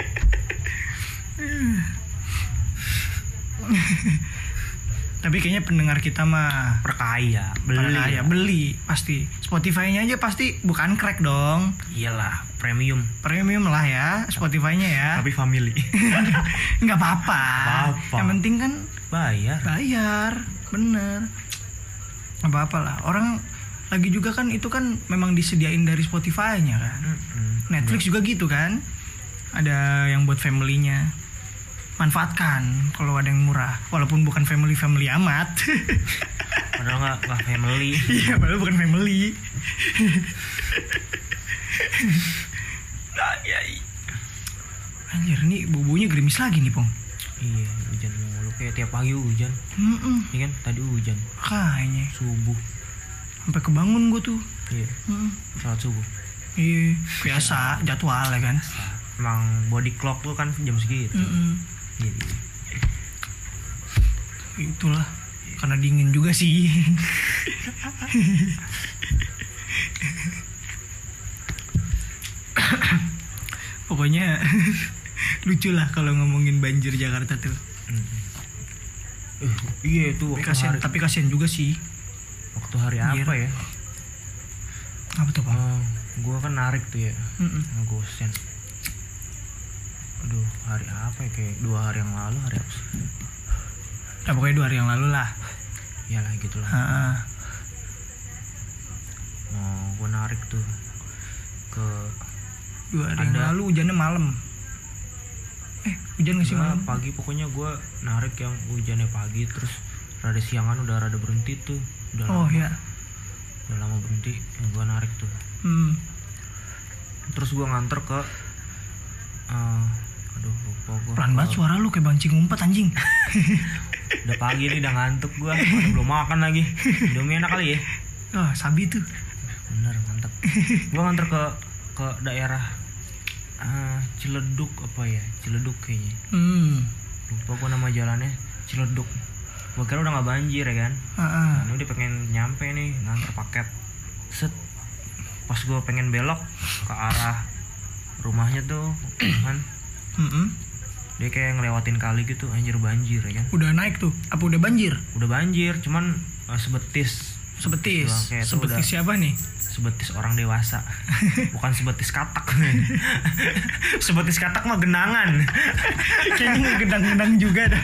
Tapi kayaknya pendengar kita mah perkaya, beli. Perkaya, beli pasti. Spotify-nya aja pasti bukan crack dong. Iyalah, premium. Premium lah ya, Spotify-nya ya. Tapi family. Nggak apa-apa. Apa-apa. Yang penting kan bayar. Bayar, bener. Nggak apa-apa lah. Orang lagi juga kan itu kan memang disediain dari Spotify-nya kan. Mm-hmm. Netflix juga gitu kan. Ada yang buat family-nya. Manfaatkan kalau ada yang murah, walaupun bukan family family amat. Padahal nggak nggak family. Iya, padahal bukan family. Nah, ya. Anjir, nih bubunya gerimis lagi nih, Pong. Iya, hujan mulu kayak tiap pagi hujan. Mm-mm. Iya kan, tadi hujan. Kayaknya Subuh. sampai kebangun gue tuh. Iya. Mm. Salat subuh. Iya, biasa jadwal ya kan. Emang body clock tuh kan jam segitu. Mm-mm. Jadi itulah karena dingin juga sih. Pokoknya lucu lah kalau ngomongin banjir Jakarta tuh. Eh, iya tuh. Tapi kasihan, tapi kasihan juga sih. Waktu hari Anjir. Apa ya? Apa tuh, Pak? Oh, gua kan narik tuh ya. Ngegosen. Aduh, hari apa ya? Kayak dua hari yang lalu, hari apa sih? Ya pokoknya dua hari yang lalu lah. Iyalah gitulah. Heeh. Oh, gue narik tuh ke dua hari yang lalu hujannya malam. Eh, hujan nggak sih malam? Pagi pokoknya gue narik yang hujannya pagi, terus rada siangan udah rada berhenti tuh. Udah oh lama, ya. Udah lama berhenti, yang gue narik tuh. Hmm. Terus gue nganter ke uh, aduh lupa gue. Pelan banget suara lu kayak bancing ngumpet anjing. Udah pagi nih, udah ngantuk gue. Belum makan lagi. Indomie enak kali ya. Oh, sabi tuh. Bener, mantap. Gue nganter ke ke daerah uh, Ciledug apa ya? Ciledug kayaknya. Hmm. Lupa gue nama jalannya. Ciledug. Gue kira udah gak banjir ya kan. Uh-uh. Nah, ini udah pengen nyampe nih, nganter paket. Set. Pas gue pengen belok ke arah rumahnya tuh kan. Mm-mm. Dia kayak ngelewatin kali gitu, anjir banjir ya kan. Udah naik tuh. Apa udah banjir? Udah banjir, cuman uh, sebetis. Sebetis. Sebetis siapa nih? Sebetis orang dewasa. Bukan sebetis katak. Sebetis katak mah genangan. Kayaknya ngegedang-gedang juga dah.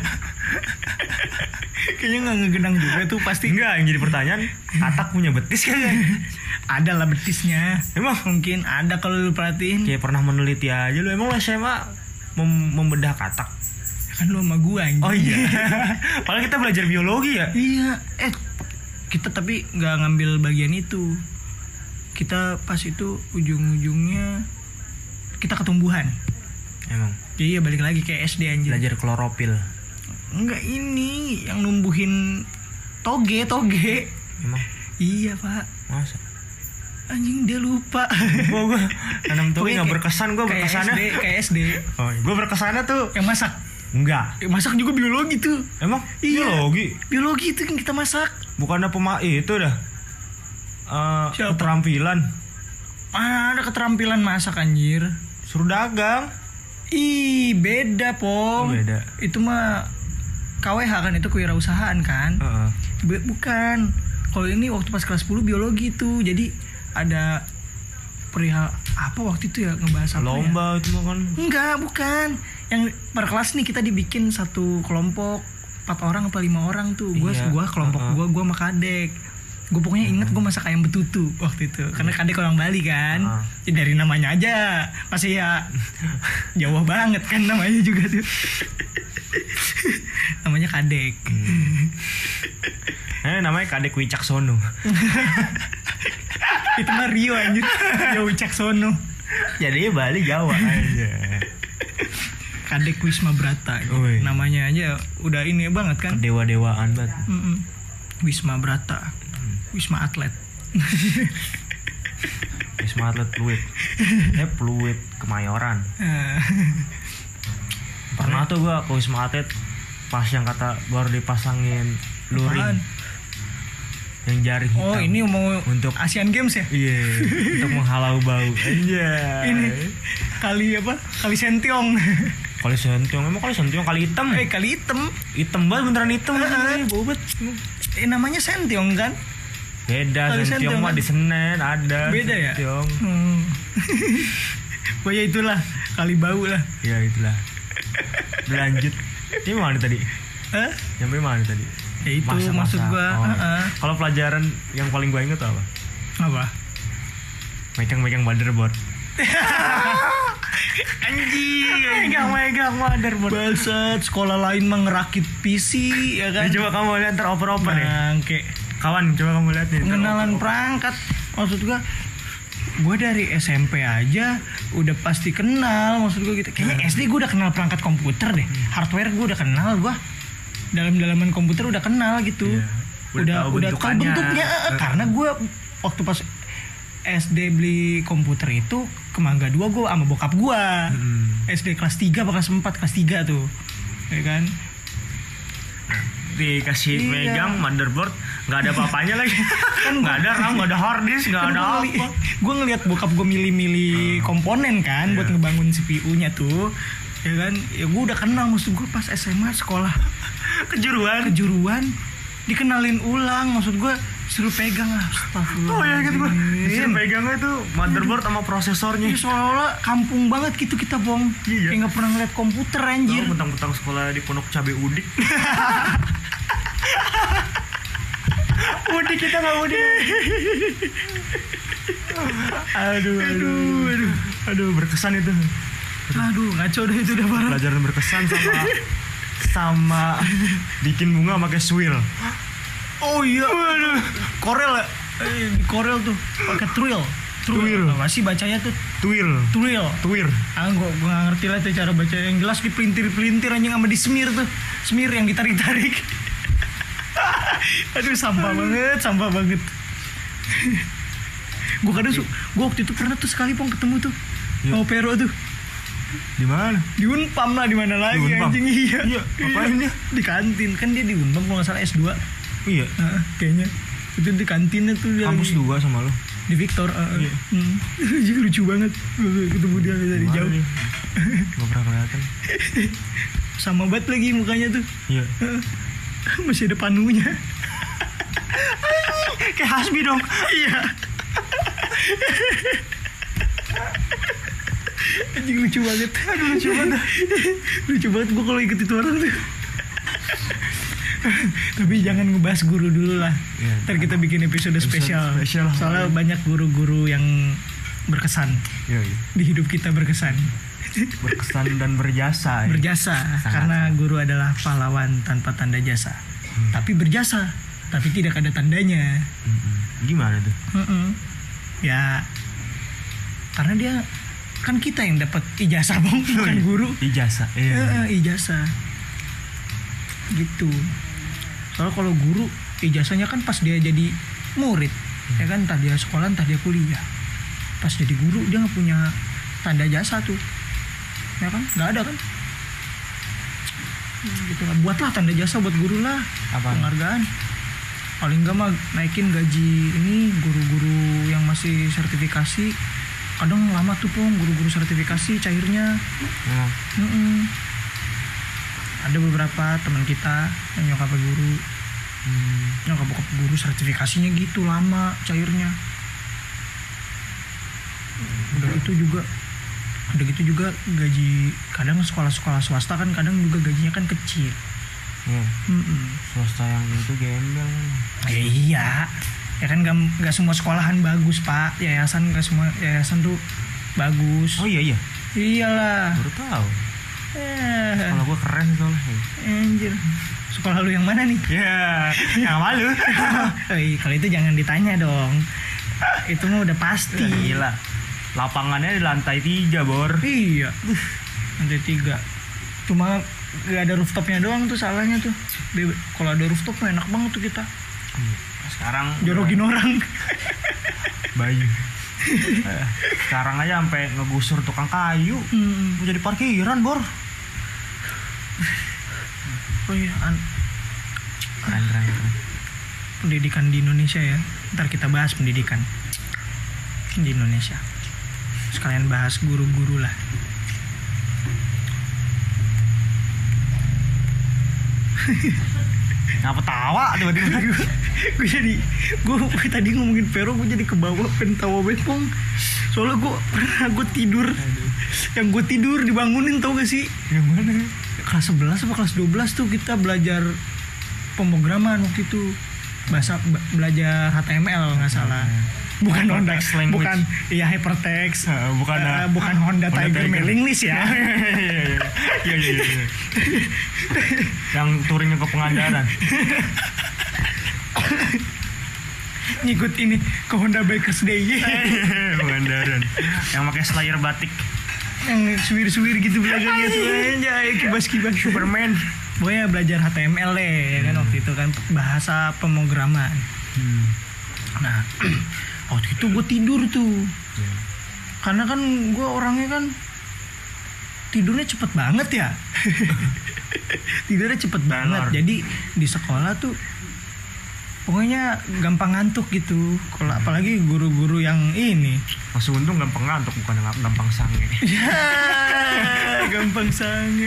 Kayaknya nggak ngegedang juga tuh pasti. Enggak, yang jadi pertanyaan, katak punya betis kan? Ada lah betisnya. Emang mungkin ada kalau lu perhatiin. Kayak pernah meneliti aja lu. Emang lu S M A mem- membedah katak? Kan lu sama gua anjing. Oh iya. Padahal kita belajar biologi ya. Iya. Eh kita tapi nggak ngambil bagian itu. Kita pas itu ujung-ujungnya kita ketumbuhan. Emang. Iya, balik lagi kayak S D anjir. Belajar klorofil. Enggak, ini yang numbuhin toge toge. Emang. Iya pak. Masa? Anjing dia lupa. Gua gua tanam toge nggak berkesan, gua berkesannya kayak S D, kayak S D. Oh, gua berkesannya tuh yang masak. Enggak. Eh, masak juga biologi tuh. Emang? Iya. Biologi. Biologi itu yang kita masak. Bukannya pema itu dah. Uh, keterampilan. Mana ada keterampilan masak anjir? Suruh dagang. Ih, beda, Pong. Oh, beda. Itu mah K W H kan, itu kewirausahaan kan? Uh-uh. Bukan. Kalau ini waktu pas kelas sepuluh biologi tuh. Jadi ada perihal apa waktu itu ya, ngebahas apa? Lomba ya? itu kan. Enggak, bukan. Yang per kelas nih kita dibikin satu kelompok empat orang atau lima orang tuh. Gua Iya. gua kelompok uh-huh. gua gua sama Kadek. Gue pokoknya inget gue masak ayam betutu waktu itu karena Kadek orang Bali kan. Uh. Ya, dari namanya aja pasti ya Jawa banget kan namanya juga tuh. Namanya Kadek. Hmm. Eh namanya Kadek Wicaksono. Itu mah Rio anjir. Rio Wicaksono. Jadi Bali Jawa aja. Kadek Wisma Brata gitu. Namanya aja udah ini banget kan. Dewa-dewaan banget. Mm-mm. Wisma Brata. Wisma Atlet. Wisma Atlet Fluid. Eh Fluid Kemayoran. Pernah tuh gua ke Wisma Atlet pas yang kata baru dipasangin luring. yang jari hitam. Oh ini mau untuk Asian Games ya? Iya, untuk menghalau bau. Iya. Ini kali apa? Kali Sentiong. Kali Sentiong, emang kali Sentiong kali hitam. Eh kali hitam. Hitam banget, beneran hitam. Uh, bau banget. Eh namanya Sentiong kan? Beda, kali Sentiong mah kan? Di Senen ada. Beda Sentiong. Ya? Hmm. Oh ya itulah, kali bau lah. Ya itulah. Berlanjut. Ini mana tadi? Hah? Nyampe mana tadi? Ya itu masa, maksud masa. gua. Oh, uh-uh. Kalau pelajaran yang paling gua inget apa? Apa? Megang-megang motherboard. Anjing, megang-megang motherboard. Baset, sekolah lain mah ngerakit P C ya kan. Ya, coba kamu lihat ntar oper-oper ya. Kayak kawan, coba kamu lihat nih. Pengenalan perangkat. Maksud gua gue dari S M P aja udah pasti kenal, maksud gue gitu. Kayaknya S D gue udah kenal perangkat komputer deh. Hardware gue udah kenal, gue dalam-dalaman komputer udah kenal gitu. Yeah. Udah udah tahu bentuknya uh. karena gue waktu pas S D beli komputer itu ke Mangga dua gue sama bokap gue. Hmm. S D kelas tiga apa kelas empat, kelas tiga tuh. Ya kan? Dikasih iya. megang motherboard nggak ada apa-apanya lagi. Kan nggak ada RAM, nggak ada hard disk, nggak kan ada apa. Gue ngeliat bokap gue milih-milih hmm. komponen kan yeah. buat ngebangun C P U-nya tuh. Ya kan? Ya gue udah kenal, maksud gue pas S M A sekolah kejuruan kejuruan dikenalin ulang, maksud gue suruh pegang lah. Astagfirullah. Oh ya gitu gue disuruh pegangnya tuh motherboard sama prosesornya. Ya, seolah-olah kampung banget gitu kita, Bong. Iya. Kayak nggak pernah ngeliat komputer anjir. Oh, mentang-mentang sekolah di Pondok Cabe Udik. Udik kita nggak udik. aduh, aduh, aduh, aduh berkesan itu. Aduh ngaco deh itu udah parah. Pelajaran berkesan sama sama bikin bunga pakai swirl. Oh iya, waduh, Korel ya, eh, di Korel tuh pakai twirl, twirl, masih bacanya tuh twirl, twirl, twirl. Ah, gua gua nggak ngerti lah tuh cara baca, yang jelas dipelintir-pelintir anjing sama di semir tuh, semir yang ditarik-tarik. Aduh sampah banget, sampah banget. Gua kadang su, gua waktu itu pernah tuh sekali Pong ketemu tuh, mau Pero tuh. Di mana? Di Unpam lah, di mana lagi anjing. Iya. Iya, ngapain dia? Di kantin, kan dia di Unpam kalau nggak salah S dua. Iya, nah, kayaknya itu di kantinnya tuh dia kampus dua sama lo di Victor. Uh, iya. Hmm. Lucu banget ketemu dia dari jauh. Gak pernah kelihatan. Sama banget lagi mukanya tuh. Iya. Uh, masih ada panunya. Kayak Hasbi dong. Iya. Anjing lucu banget. Aduh lucu banget. Lucu banget gue kalau ikut itu orang tuh. Tapi jangan ngebahas guru dulu lah. Ya, ntar kita bikin episode spesial. spesial Soalnya ya. Banyak guru-guru yang berkesan ya, ya. Di hidup kita berkesan. Berkesan dan berjasa. Berjasa ya. Karena guru adalah pahlawan tanpa tanda jasa. Hmm. Tapi berjasa, tapi tidak ada tandanya. Hmm. Gimana tuh? Hmm. Ya, karena dia kan kita yang dapat ijazah Bang, bukan guru. Ijazah. Iya. E, ijazah. Gitu. Soalnya kalau guru ijazahnya kan pas dia jadi murid, hmm. ya kan, entah dia sekolah entah dia kuliah. Pas jadi guru dia nggak punya tanda jasa tuh, ya kan, nggak ada kan. Gitu lah, buatlah tanda jasa buat guru lah. Apa? Penghargaan. Paling nggak mah naikin gaji ini guru-guru yang masih sertifikasi. Kadang lama tuh Pong guru-guru sertifikasi cairnya. Hmm. Ada beberapa teman kita yang nyokap guru, hmm. nyokap bokap guru sertifikasinya gitu lama cairnya. Udah itu juga, udah gitu juga gaji, kadang sekolah-sekolah swasta kan kadang juga gajinya kan kecil. Hmm. Hmm. Swasta yang itu gembel. Eh, iya, ya kan gak, gak semua sekolahan bagus Pak, yayasan gak semua yayasan tuh bagus. Oh iya iya. Iyalah. Baru tahu. Eh, sekolah gue keren soalnya. Anjir. Sekolah lu yang mana nih? Ya, yeah, yang malu. Oh, iya, kalau itu jangan ditanya dong. Itu mah udah pasti. Gila. Lapangannya di lantai tiga, Bor. Iya. Lantai tiga. Cuma gak ada rooftopnya doang tuh salahnya tuh. Kalau ada rooftop mah enak banget tuh kita. Sekarang jorokin udah... orang. Bayu. Sekarang aja sampai ngegusur tukang kayu. Hmm. Mau jadi parkiran, Bor. Oh iya, an- keren, keren, keren. pendidikan di Indonesia ya. Ntar kita bahas pendidikan di Indonesia. Sekalian bahas guru-guru lah. Ngapa tawa tiba-tiba? Gue jadi gue tadi ngomongin Vero, gue jadi kebawa pengen tawa bepong. Soalnya gue pernah gue tidur. Yang gue tidur dibangunin, tau gak sih? Yang mana? Kelas sebelas apa kelas dua belas tuh kita belajar pemrograman waktu itu. Bahasa belajar H T M L nggak salah. Bukan Honda, bukan iya hypertext, uh, bukan uh, bukan Honda, Honda Tiger, Tiger mailing list ya. Iya iya iya. Yang touringnya ke Pangandaran. Ngikut ini ke Honda Bikers Day. Pangandaran. Yang pakai slayer batik. Yang suwir-suwir gitu belakangnya tuh aja, kibas-kibas Superman. Pokoknya belajar H T M L deh, ya kan, waktu itu kan bahasa pemrograman. Hmm. Nah, waktu itu gue tidur tuh, yeah. Karena kan gue orangnya kan tidurnya cepet banget ya, tidurnya cepet banget. Jadi di sekolah tuh pokoknya gampang ngantuk gitu. Kalau apalagi guru-guru yang ini. Masih untung gampang ngantuk, bukan gampang sange. Ya, gampang sange.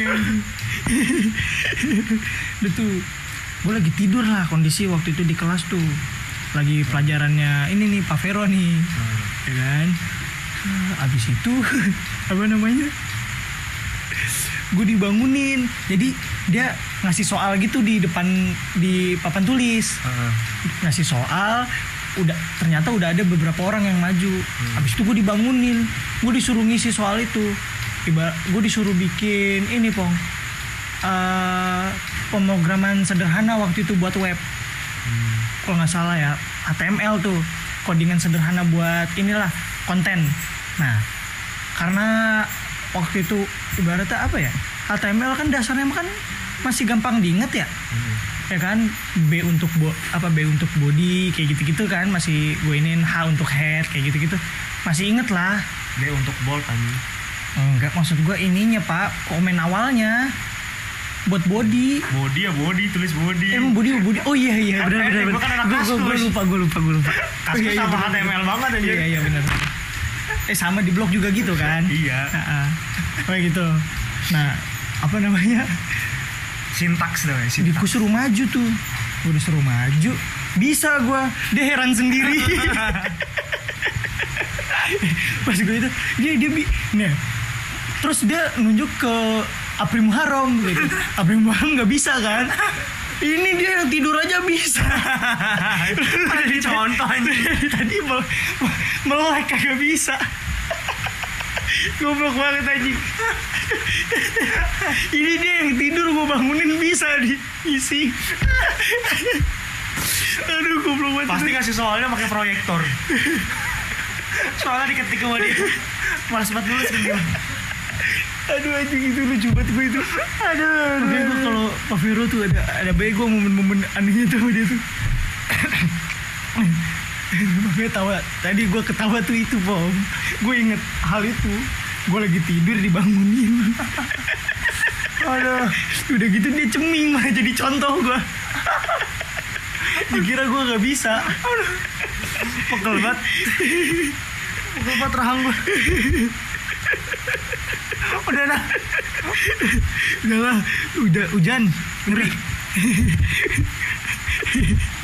Udah tuh, gue lagi tidur lah kondisi waktu itu di kelas tuh. Lagi pelajarannya ini nih Pak Vero nih, hmm. ya kan. Abis itu apa namanya? Gue dibangunin. Jadi dia ngasih soal gitu di depan di papan tulis. Uh. Ngasih soal, udah ternyata udah ada beberapa orang yang maju. Hmm. Abis itu gue dibangunin. Gue disuruh ngisi soal itu. Iba, gue disuruh bikin ini pong. Uh, pemrograman sederhana waktu itu buat web. Hmm. Kalau nggak salah ya H T M L tuh, codingan sederhana buat inilah konten. Nah, karena waktu itu ibaratnya apa ya, H T M L kan dasarnya kan masih gampang diinget ya, hmm. ya kan. B untuk bo, apa B untuk body kayak gitu-gitu kan, masih gue iniin. H untuk head kayak gitu-gitu masih inget lah. B untuk bold kan? Enggak, maksud gue ininya Pak, komen awalnya buat body. Body ya body, tulis body. Emang body body. Oh iya iya benar benar. Gue kan anak kaskus. Gue lupa gue lupa gue lupa. Kaskus oh, iya, sama H T M L banget aja. Iya iya benar. Eh sama di blog juga gitu kan? Iya. Heeh. Kayak gitu. Nah, apa namanya? Sintaks dong, sintaks. Gue suruh maju tuh. Gue disuruh maju. Bisa gue. Dia heran sendiri. Pas gue itu dia dia bi nah. Terus dia nunjuk ke Apri Muharram gitu. Apri Muharram nggak bisa kan? Ini dia yang tidur aja bisa. Ada dicontohin. Tadi mel melek kagak bisa. Goblok banget anjing. Ini dia yang tidur, gue bangunin bisa diisi. Aduh goblok banget. Pasti kasih soalnya pakai proyektor. Soalnya diketik sama dia. Malas banget nulis kan dia. Aduh anjing itu lucu banget gue itu. Aduh. Makanya gue kalau Pak Vero tuh ada ada bego momen-momen anehnya tuh sama dia tuh. Makanya tawa. Tadi gue ketawa tuh itu Bom. Gue inget hal itu. Gue lagi tidur dibangunin. Aduh. Udah gitu dia ceming malah jadi contoh gue. Dikira gue gak bisa. Aduh. Pegel banget. Pegel banget rahang gue. Udah lah. Udah lah. Udah hujan. Ngeri.